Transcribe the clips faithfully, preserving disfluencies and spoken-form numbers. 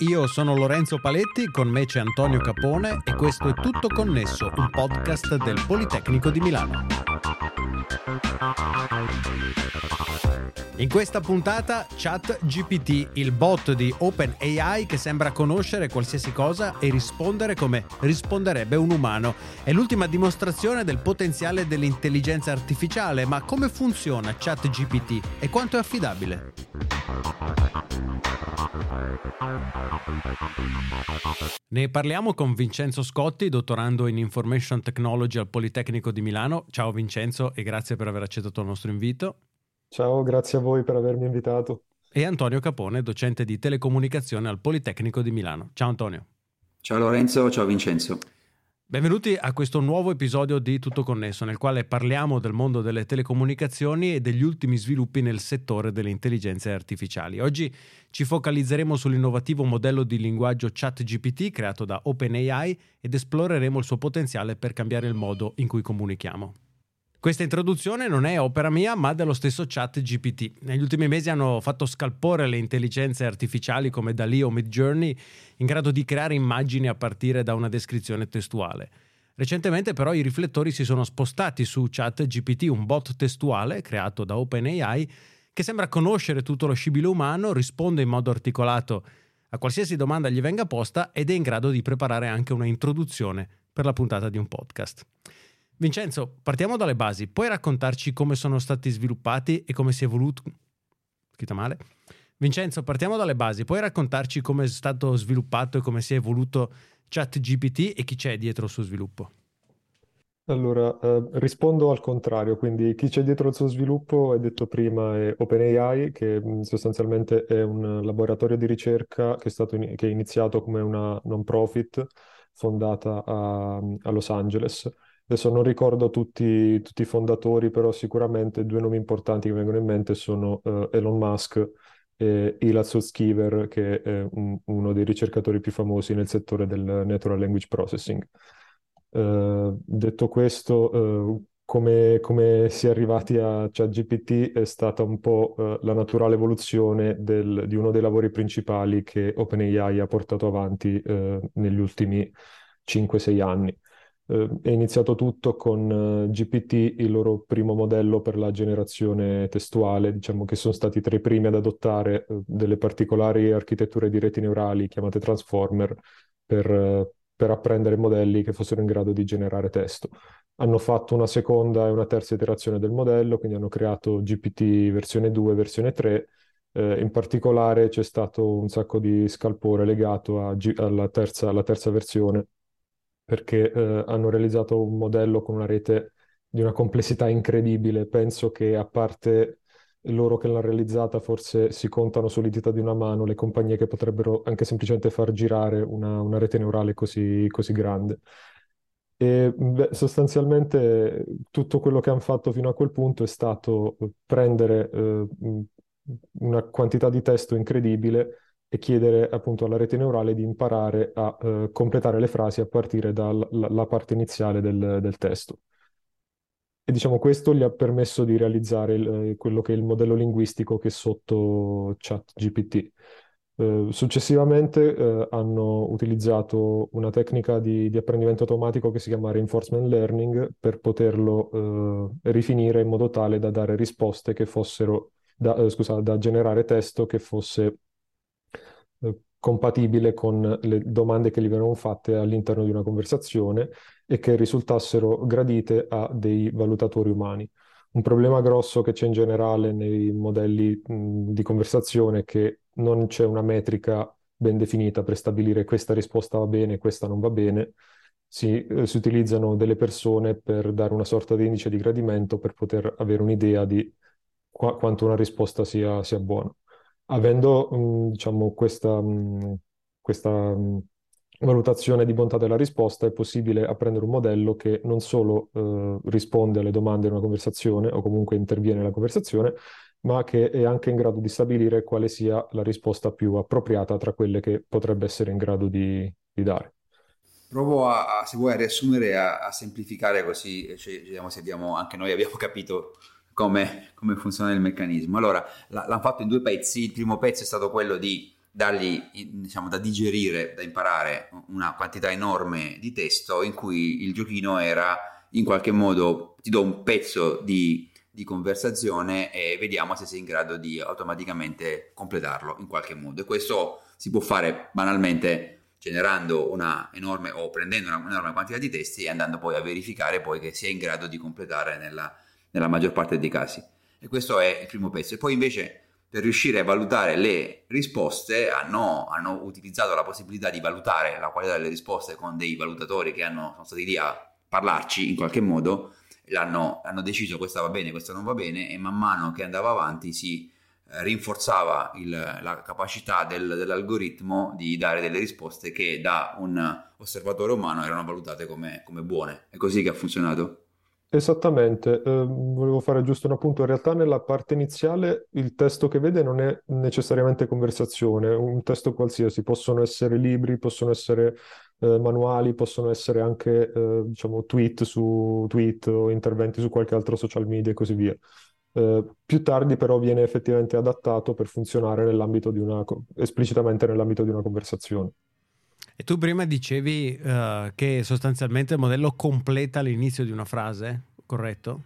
Io sono Lorenzo Paletti, con me c'è Antonio Capone e questo è Tutto Connesso, un podcast del Politecnico di Milano. In questa puntata ChatGPT, il bot di OpenAI che sembra conoscere qualsiasi cosa e rispondere come risponderebbe un umano. È l'ultima dimostrazione del potenziale dell'intelligenza artificiale, ma come funziona ChatGPT e quanto è affidabile? Ne parliamo con Vincenzo Scotti, dottorando in Information Technology al Politecnico di Milano. Ciao Vincenzo e grazie per aver accettato il nostro invito. Ciao, grazie a voi per avermi invitato. E Antonio Capone, docente di telecomunicazione al Politecnico di Milano. Ciao Antonio. Ciao Lorenzo, ciao Vincenzo. Benvenuti a questo nuovo episodio di Tutto Connesso, nel quale parliamo del mondo delle telecomunicazioni e degli ultimi sviluppi nel settore delle intelligenze artificiali. Oggi ci focalizzeremo sull'innovativo modello di linguaggio ChatGPT creato da OpenAI ed esploreremo il suo potenziale per cambiare il modo in cui comunichiamo. Questa introduzione non è opera mia, ma dello stesso ChatGPT. Negli ultimi mesi hanno fatto scalpore le intelligenze artificiali come DALL-E o Midjourney, in grado di creare immagini a partire da una descrizione testuale. Recentemente però i riflettori si sono spostati su ChatGPT, un bot testuale creato da OpenAI che sembra conoscere tutto lo scibile umano, risponde in modo articolato a qualsiasi domanda gli venga posta ed è in grado di preparare anche una introduzione per la puntata di un podcast. Vincenzo, partiamo dalle basi. Puoi raccontarci come sono stati sviluppati e come si è evoluto? Scritto male. Vincenzo, partiamo dalle basi. Puoi raccontarci come è stato sviluppato e come si è evoluto ChatGPT e chi c'è dietro il suo sviluppo? Allora, eh, rispondo al contrario, quindi chi c'è dietro il suo sviluppo, è detto prima, è OpenAI, che mh, sostanzialmente è un laboratorio di ricerca che è stato in- che è iniziato come una non profit fondata a, a Los Angeles. Adesso non ricordo tutti, tutti i fondatori, però sicuramente due nomi importanti che vengono in mente sono eh, Elon Musk e Elad Sutskever, che è un- uno dei ricercatori più famosi nel settore del natural language processing. Eh, detto questo, eh, come, come si è arrivati a ChatGPT è stata un po' eh, la naturale evoluzione del- di uno dei lavori principali che OpenAI ha portato avanti eh, negli ultimi cinque sei anni. Eh, è iniziato tutto con eh, G P T, il loro primo modello per la generazione testuale, diciamo che sono stati tra i primi ad adottare eh, delle particolari architetture di reti neurali chiamate transformer per, eh, per apprendere modelli che fossero in grado di generare testo. Hanno fatto una seconda e una terza iterazione del modello, quindi hanno creato G P T versione due, versione tre. Eh, in particolare c'è stato un sacco di scalpore legato a G- alla terza, alla terza versione, perché eh, hanno realizzato un modello con una rete di una complessità incredibile. Penso che a parte loro che l'hanno realizzata, forse si contano sulle dita di una mano le compagnie che potrebbero anche semplicemente far girare una, una rete neurale così, così grande. E beh, sostanzialmente tutto quello che hanno fatto fino a quel punto è stato prendere eh, una quantità di testo incredibile e chiedere appunto alla rete neurale di imparare a eh, completare le frasi a partire dalla parte iniziale del, del testo. E diciamo questo gli ha permesso di realizzare il- eh, quello che è il modello linguistico che è sotto ChatGPT. Eh, successivamente eh, hanno utilizzato una tecnica di, di apprendimento automatico che si chiama reinforcement learning per poterlo eh, rifinire in modo tale da dare risposte che fossero, da, eh, scusa, da generare testo che fosse eh, compatibile con le domande che gli venivano fatte all'interno di una conversazione e che risultassero gradite a dei valutatori umani. Un problema grosso che c'è in generale nei modelli mh, di conversazione è che non c'è una metrica ben definita per stabilire questa risposta va bene, questa non va bene. Si, eh, si utilizzano delle persone per dare una sorta di indice di gradimento per poter avere un'idea di qua- quanto una risposta sia, sia buona. Avendo, mh, diciamo, questa, mh, questa mh, valutazione di bontà della risposta, è possibile apprendere un modello che non solo eh, risponde alle domande in una conversazione o comunque interviene nella conversazione, ma che è anche in grado di stabilire quale sia la risposta più appropriata tra quelle che potrebbe essere in grado di, di dare. Provo a, a- se vuoi, a riassumere, a, a semplificare così, eh, ci- vediamo se abbiamo, anche noi abbiamo capito come, come funziona il meccanismo. Allora, la- l'hanno fatto in due pezzi. Il primo pezzo è stato quello di dargli, diciamo, da digerire, da imparare una quantità enorme di testo in cui il giochino era in qualche modo ti do un pezzo di, di conversazione e vediamo se sei in grado di automaticamente completarlo in qualche modo. E questo si può fare banalmente generando una enorme o prendendo una enorme quantità di testi e andando poi a verificare poi che sia in grado di completare nella, nella maggior parte dei casi. E questo è il primo pezzo. E poi invece per riuscire a valutare le risposte hanno, hanno utilizzato la possibilità di valutare la qualità delle risposte con dei valutatori che hanno, sono stati lì a parlarci in qualche modo, l'hanno, hanno deciso questa va bene, questa non va bene, e man mano che andava avanti si eh, rinforzava il, la capacità del, dell'algoritmo di dare delle risposte che da un osservatore umano erano valutate come, come buone. È così che ha funzionato? Esattamente, eh, volevo fare giusto un appunto. In realtà nella parte iniziale il testo che vede non è necessariamente conversazione, è un testo qualsiasi, possono essere libri, possono essere eh, manuali, possono essere anche eh, diciamo tweet su tweet o interventi su qualche altro social media e così via. Eh, più tardi però viene effettivamente adattato per funzionare nell'ambito di una, co- esplicitamente nell'ambito di una conversazione. E tu prima dicevi eh, che sostanzialmente il modello completa l'inizio di una frase, corretto?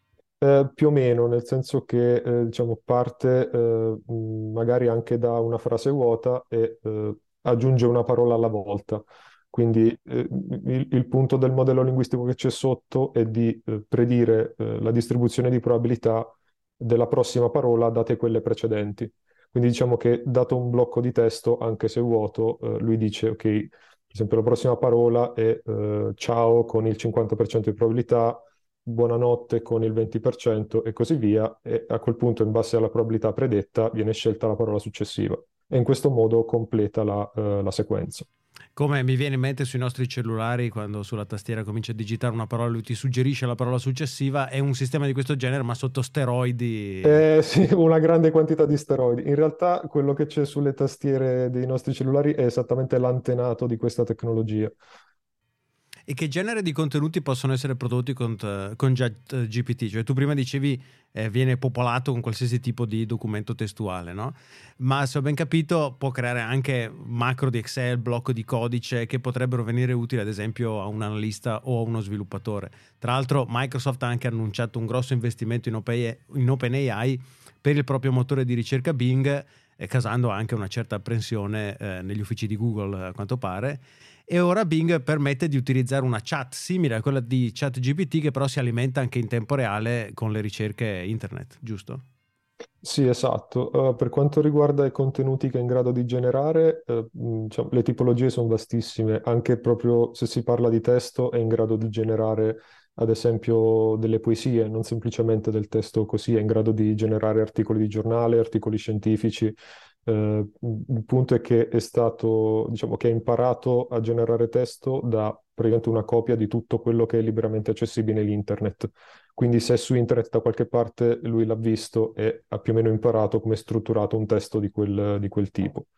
Eh, più o meno, nel senso che eh, diciamo, parte eh, mh, magari anche da una frase vuota e eh, aggiunge una parola alla volta. Quindi eh, il, il punto del modello linguistico che c'è sotto è di eh, predire eh, la distribuzione di probabilità della prossima parola date quelle precedenti. Quindi diciamo che dato un blocco di testo, anche se vuoto, eh, lui dice, ok, per esempio la prossima parola è eh, ciao con il cinquanta per cento di probabilità, buonanotte con il venti per cento e così via, e a quel punto, in base alla probabilità predetta, viene scelta la parola successiva. E in questo modo completa la, eh, la sequenza. Come mi viene in mente sui nostri cellulari, quando sulla tastiera comincia a digitare una parola, lui ti suggerisce la parola successiva, è un sistema di questo genere, ma sotto steroidi. Eh, sì, una grande quantità di steroidi. In realtà quello che c'è sulle tastiere dei nostri cellulari è esattamente l'antenato di questa tecnologia. E che genere di contenuti possono essere prodotti con, con ChatGPT? Cioè tu prima dicevi eh, viene popolato con qualsiasi tipo di documento testuale, no? Ma se ho ben capito può creare anche macro di Excel, blocco di codice che potrebbero venire utili ad esempio a un analista o a uno sviluppatore. Tra l'altro Microsoft ha anche annunciato un grosso investimento in, Open, in OpenAI per il proprio motore di ricerca Bing, eh, causando anche una certa apprensione eh, negli uffici di Google a quanto pare. E ora Bing permette di utilizzare una chat simile a quella di ChatGPT, che però si alimenta anche in tempo reale con le ricerche internet, giusto? Sì, esatto. Uh, per quanto riguarda i contenuti che è in grado di generare, uh, mh, diciamo, le tipologie sono vastissime. Anche proprio se si parla di testo, è in grado di generare, ad esempio, delle poesie, non semplicemente del testo così, è in grado di generare articoli di giornale, articoli scientifici. Uh, il punto è che è stato, diciamo, che ha imparato a generare testo da praticamente una copia di tutto quello che è liberamente accessibile in internet. Quindi se su internet da qualche parte lui l'ha visto e ha più o meno imparato come è strutturato un testo di quel, di quel tipo.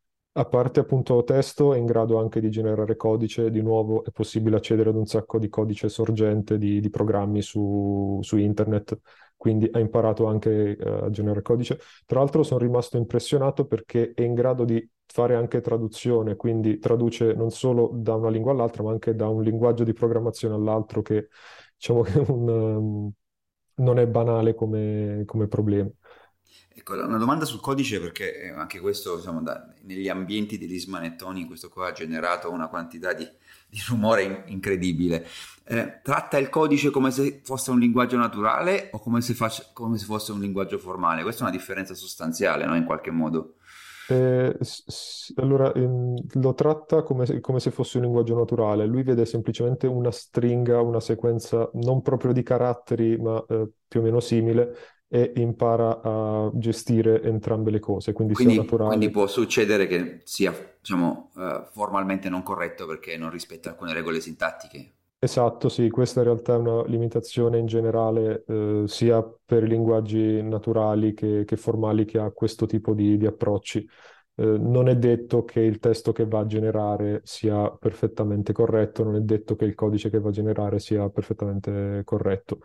A parte appunto testo, è in grado anche di generare codice. Di nuovo è possibile accedere ad un sacco di codice sorgente di, di programmi su, su internet, quindi ha imparato anche uh, a generare codice. Tra l'altro sono rimasto impressionato perché è in grado di fare anche traduzione, quindi traduce non solo da una lingua all'altra, ma anche da un linguaggio di programmazione all'altro, che diciamo che è un, um, non è banale come, come problema. Ecco, una domanda sul codice, perché anche questo, diciamo, da, negli ambienti degli smanettoni, questo qua ha generato una quantità di, di rumore in, incredibile. Eh, tratta il codice come se fosse un linguaggio naturale o come se, face, come se fosse un linguaggio formale? Questa è una differenza sostanziale, no? In qualche modo. Eh, s- s- allora, ehm, lo tratta come se, come se fosse un linguaggio naturale. Lui vede semplicemente una stringa, una sequenza non proprio di caratteri, ma eh, più o meno simile, e impara a gestire entrambe le cose, quindi sia Quindi, quindi naturale. può succedere che sia, diciamo, eh, formalmente non corretto perché non rispetta alcune regole sintattiche. Esatto, sì, questa in realtà è una limitazione in generale, eh, sia per i linguaggi naturali che, che formali, che ha questo tipo di, di approcci. Eh, non è detto che il testo che va a generare sia perfettamente corretto, non è detto che il codice che va a generare sia perfettamente corretto.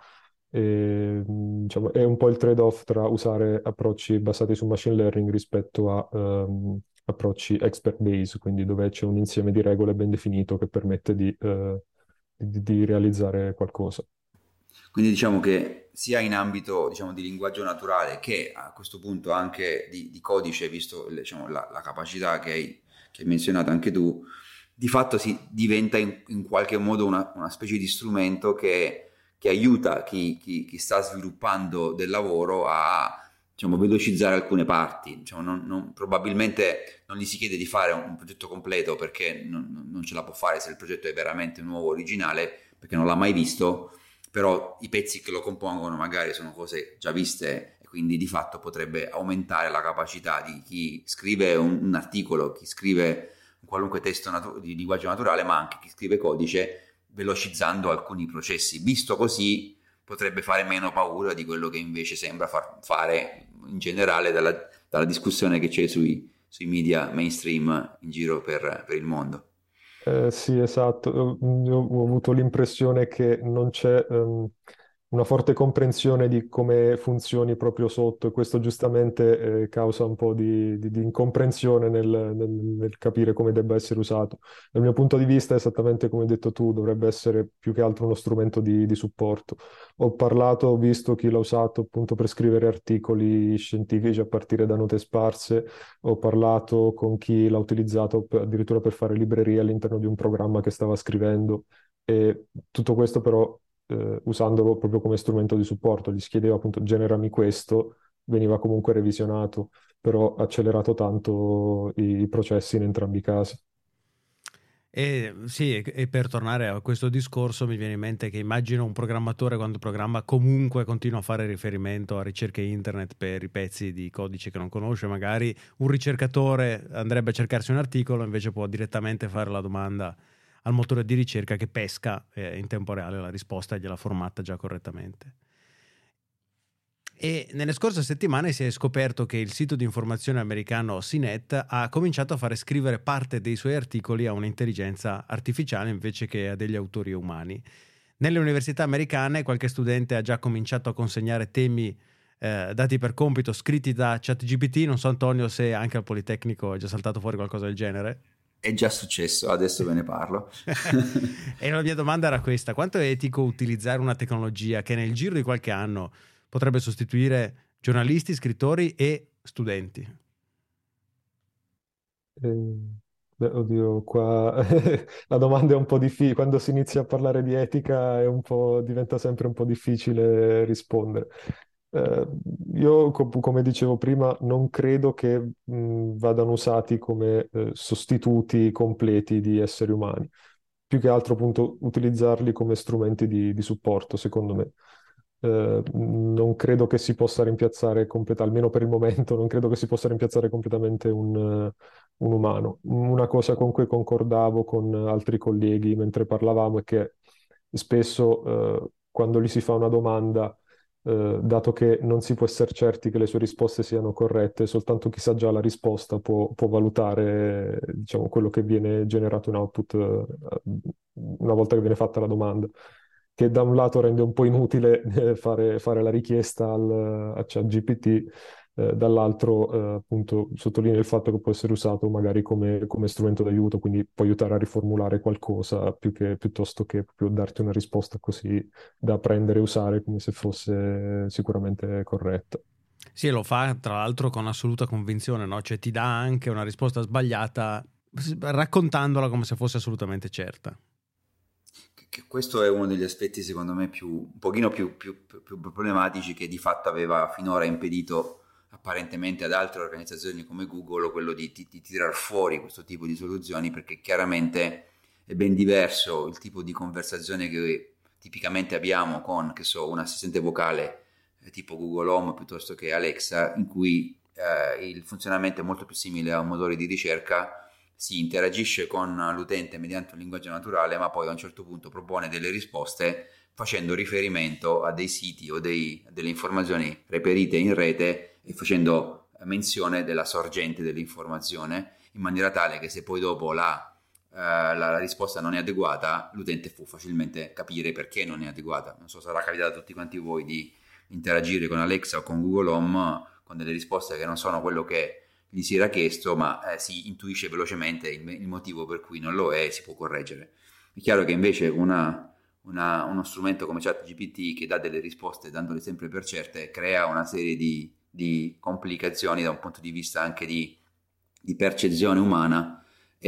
E, mh, diciamo, è un po' il trade-off tra usare approcci basati su machine learning rispetto a, ehm, approcci expert-based, quindi dove c'è un insieme di regole ben definito che permette di, eh, di, di realizzare qualcosa. Quindi diciamo che sia in ambito, diciamo, di linguaggio naturale che a questo punto anche di, di codice, visto, diciamo, la, la capacità che hai, che hai menzionato anche tu, di fatto si diventa in, in qualche modo una, una specie di strumento che, che aiuta chi, chi, chi sta sviluppando del lavoro a, diciamo, velocizzare alcune parti. Diciamo, non, non, probabilmente non gli si chiede di fare un, un progetto completo perché non, non ce la può fare se il progetto è veramente nuovo, originale, perché non l'ha mai visto, però i pezzi che lo compongono magari sono cose già viste e quindi di fatto potrebbe aumentare la capacità di chi scrive un, un articolo, chi scrive un qualunque testo natu- di linguaggio naturale, ma anche chi scrive codice, velocizzando alcuni processi. Visto così potrebbe fare meno paura di quello che invece sembra far fare in generale dalla, dalla discussione che c'è sui, sui media mainstream in giro per, per il mondo. Eh, sì, esatto. Io io ho avuto l'impressione che non c'è ehm, una forte comprensione di come funzioni proprio sotto e questo giustamente eh, causa un po' di, di- di incomprensione nel, nel- nel capire come debba essere usato. Dal mio punto di vista, esattamente come hai detto tu, dovrebbe essere più che altro uno strumento di, di supporto. Ho parlato, ho visto chi l'ha usato appunto per scrivere articoli scientifici a partire da note sparse. Ho parlato con chi l'ha utilizzato per- addirittura per fare librerie all'interno di un programma che stava scrivendo e tutto questo però eh, usandolo proprio come strumento di supporto. Gli si chiedeva appunto generami questo, veniva comunque revisionato, però ha accelerato tanto i, i processi in entrambi i casi. E sì, e e per tornare a questo discorso mi viene in mente che immagino un programmatore quando programma comunque continua a fare riferimento a ricerche internet per i pezzi di codice che non conosce, magari un ricercatore andrebbe a cercarsi un articolo, invece può direttamente fare la domanda al motore di ricerca che pesca eh, in tempo reale la risposta e gliela formata già correttamente. E nelle scorse settimane si è scoperto che il sito di informazione americano C net ha cominciato a fare scrivere parte dei suoi articoli a un'intelligenza artificiale invece che a degli autori umani. Nelle università americane qualche studente ha già cominciato a consegnare temi eh, dati per compito scritti da ChatGPT. Non so, Antonio, se anche al Politecnico è già saltato fuori qualcosa del genere. È già successo, adesso ve ne parlo. E la mia domanda era questa: quanto è etico utilizzare una tecnologia che nel giro di qualche anno potrebbe sostituire giornalisti, scrittori e studenti? Eh, beh, oddio, qua la domanda è un po' difficile. Quando si inizia a parlare di etica è un po', diventa sempre un po' difficile rispondere. Eh, io, co- come dicevo prima, non credo che mh, vadano usati come eh, sostituti completi di esseri umani. Più che altro, appunto, utilizzarli come strumenti di, di supporto, secondo me. Eh, non credo che si possa rimpiazzare completamente, almeno per il momento, non credo che si possa rimpiazzare completamente un, eh, un umano. Una cosa con cui concordavo con altri colleghi mentre parlavamo è che spesso eh, quando gli si fa una domanda, eh, dato che non si può essere certi che le sue risposte siano corrette, soltanto chi sa già la risposta può, può valutare, diciamo, quello che viene generato in output, eh, una volta che viene fatta la domanda. Che da un lato rende un po' inutile eh, fare, fare la richiesta al, a ChatGPT, eh, dall'altro eh, appunto sottolinea il fatto che può essere usato magari come, come strumento d'aiuto, quindi può aiutare a riformulare qualcosa più che, piuttosto che proprio darti una risposta così da prendere e usare come se fosse sicuramente corretta. Sì, lo fa tra l'altro con assoluta convinzione, no? Cioè ti dà anche una risposta sbagliata s- raccontandola come se fosse assolutamente certa. Che questo è uno degli aspetti secondo me più, un pochino più, più, più, più problematici che di fatto aveva finora impedito apparentemente ad altre organizzazioni come Google quello di, di, di tirar fuori questo tipo di soluzioni, perché chiaramente è ben diverso il tipo di conversazione che tipicamente abbiamo con, che so, un assistente vocale eh, tipo Google Home piuttosto che Alexa, in cui eh, il funzionamento è molto più simile a un motore di ricerca. Si interagisce con l'utente mediante un linguaggio naturale, ma poi a un certo punto propone delle risposte facendo riferimento a dei siti o dei, delle informazioni reperite in rete e facendo menzione della sorgente dell'informazione, in maniera tale che se poi dopo la, eh, la, la risposta non è adeguata, l'utente può facilmente capire perché non è adeguata. Non so, sarà capitato a tutti quanti voi di interagire con Alexa o con Google Home con delle risposte che non sono quello che gli si era chiesto, ma eh, si intuisce velocemente il, il motivo per cui non lo è e si può correggere. È chiaro che invece una, una, uno strumento come ChatGPT, che dà delle risposte dandole sempre per certe, crea una serie di, di complicazioni da un punto di vista anche di, di percezione umana,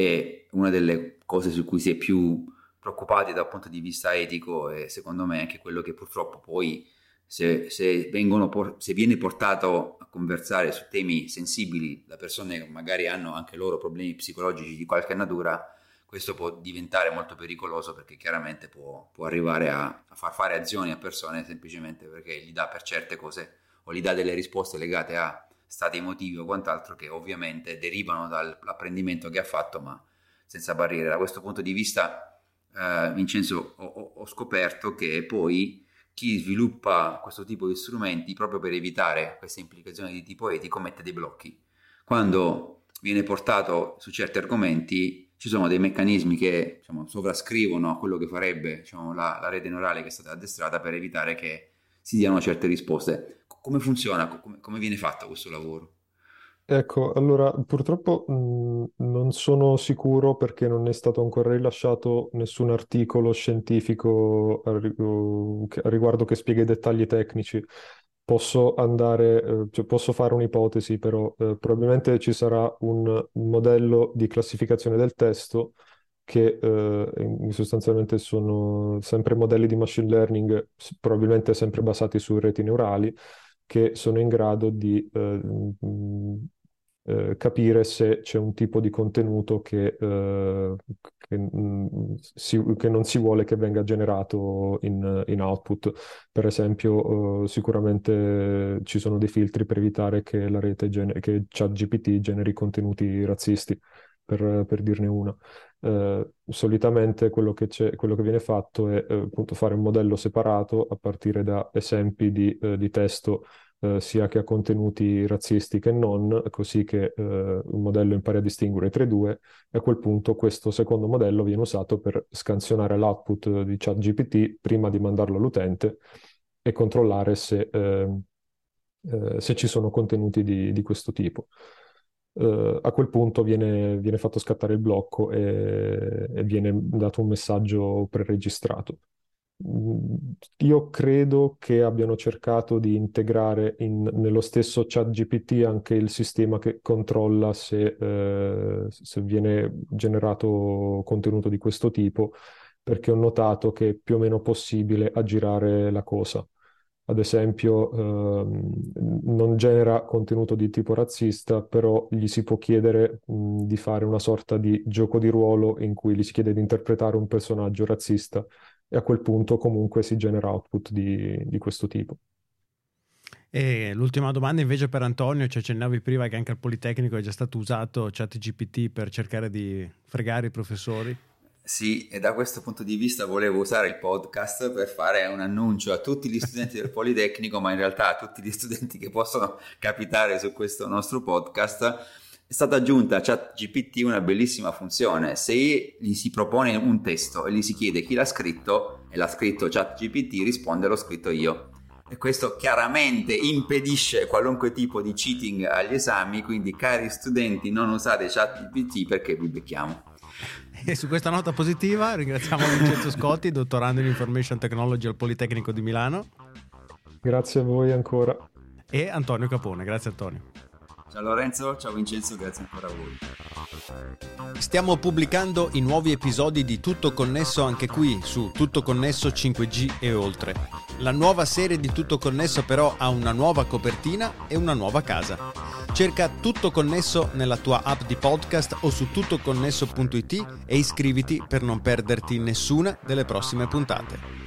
e una delle cose su cui si è più preoccupati dal punto di vista etico è secondo me anche quello che purtroppo poi se, se, vengono por- se viene portato a conversare su temi sensibili da persone che magari hanno anche loro problemi psicologici di qualche natura, questo può diventare molto pericoloso, perché chiaramente può, può arrivare a, a far fare azioni a persone semplicemente perché gli dà per certe cose o gli dà delle risposte legate a stati emotivi o quant'altro che ovviamente derivano dall'apprendimento che ha fatto, ma senza barriere. Da questo punto di vista, eh, Vincenzo, ho, ho scoperto che poi chi sviluppa questo tipo di strumenti, proprio per evitare queste implicazioni di tipo etico, mette dei blocchi. Quando viene portato su certi argomenti, ci sono dei meccanismi che, diciamo, sovrascrivono a quello che farebbe, diciamo, la, la rete neurale che è stata addestrata per evitare che si diano certe risposte. Come funziona? Come, come viene fatto questo lavoro? Ecco, allora purtroppo mh, non sono sicuro, perché non è stato ancora rilasciato nessun articolo scientifico a, ri- uh, che- a riguardo che spiega i dettagli tecnici. Posso andare, eh, cioè posso fare un'ipotesi, però eh, probabilmente ci sarà un modello di classificazione del testo che eh, in- sostanzialmente sono sempre modelli di machine learning, s- probabilmente sempre basati su reti neurali, che sono in grado di eh, mh, eh, capire se c'è un tipo di contenuto che, eh, che, mh, si- che non si vuole che venga generato in, in output. Per esempio, eh, sicuramente ci sono dei filtri per evitare che la rete gener- che ChatGPT generi contenuti razzisti, per, per dirne una. Eh, solitamente quello che c'è, quello che viene fatto è eh, appunto fare un modello separato a partire da esempi di, eh, di testo, eh, sia che ha contenuti razzisti che non, così che eh, un modello impari a distinguere tra i due, e a quel punto questo secondo modello viene usato per scansionare l'output di ChatGPT prima di mandarlo all'utente e controllare se, eh, eh, se ci sono contenuti di, di questo tipo. Uh, a quel punto viene, viene fatto scattare il blocco e, e viene dato un messaggio preregistrato. Mm, Io credo che abbiano cercato di integrare in- nello stesso ChatGPT anche il sistema che controlla se, eh, se viene generato contenuto di questo tipo, perché ho notato che è più o meno possibile aggirare la cosa. Ad esempio, ehm, non genera contenuto di tipo razzista, però gli si può chiedere, mh, di fare una sorta di gioco di ruolo in cui gli si chiede di interpretare un personaggio razzista, e a quel punto comunque si genera output di, di questo tipo. E l'ultima domanda invece per Antonio, ci accennavi prima che anche al Politecnico è già stato usato ChatGPT per cercare di fregare i professori. Sì, e da questo punto di vista volevo usare il podcast per fare un annuncio a tutti gli studenti del Politecnico, ma in realtà a tutti gli studenti che possono capitare su questo nostro podcast. È stata aggiunta a ChatGPT una bellissima funzione. Se gli si propone un testo e gli si chiede chi l'ha scritto, e l'ha scritto ChatGPT, risponde l'ho scritto io. E questo chiaramente impedisce qualunque tipo di cheating agli esami, quindi cari studenti non usate ChatGPT perché vi becchiamo. E su questa nota positiva ringraziamo Vincenzo Scotti, dottorando in Information Technology al Politecnico di Milano. Grazie a voi ancora. E Antonio Capone. Grazie Antonio. Ciao Lorenzo, ciao Vincenzo, grazie ancora a voi. Stiamo pubblicando i nuovi episodi di Tutto Connesso anche qui su Tutto Connesso cinque G e oltre. La nuova serie di Tutto Connesso però ha una nuova copertina e una nuova casa. Cerca Tutto Connesso nella tua app di podcast o su tuttoconnesso punto it e iscriviti per non perderti nessuna delle prossime puntate.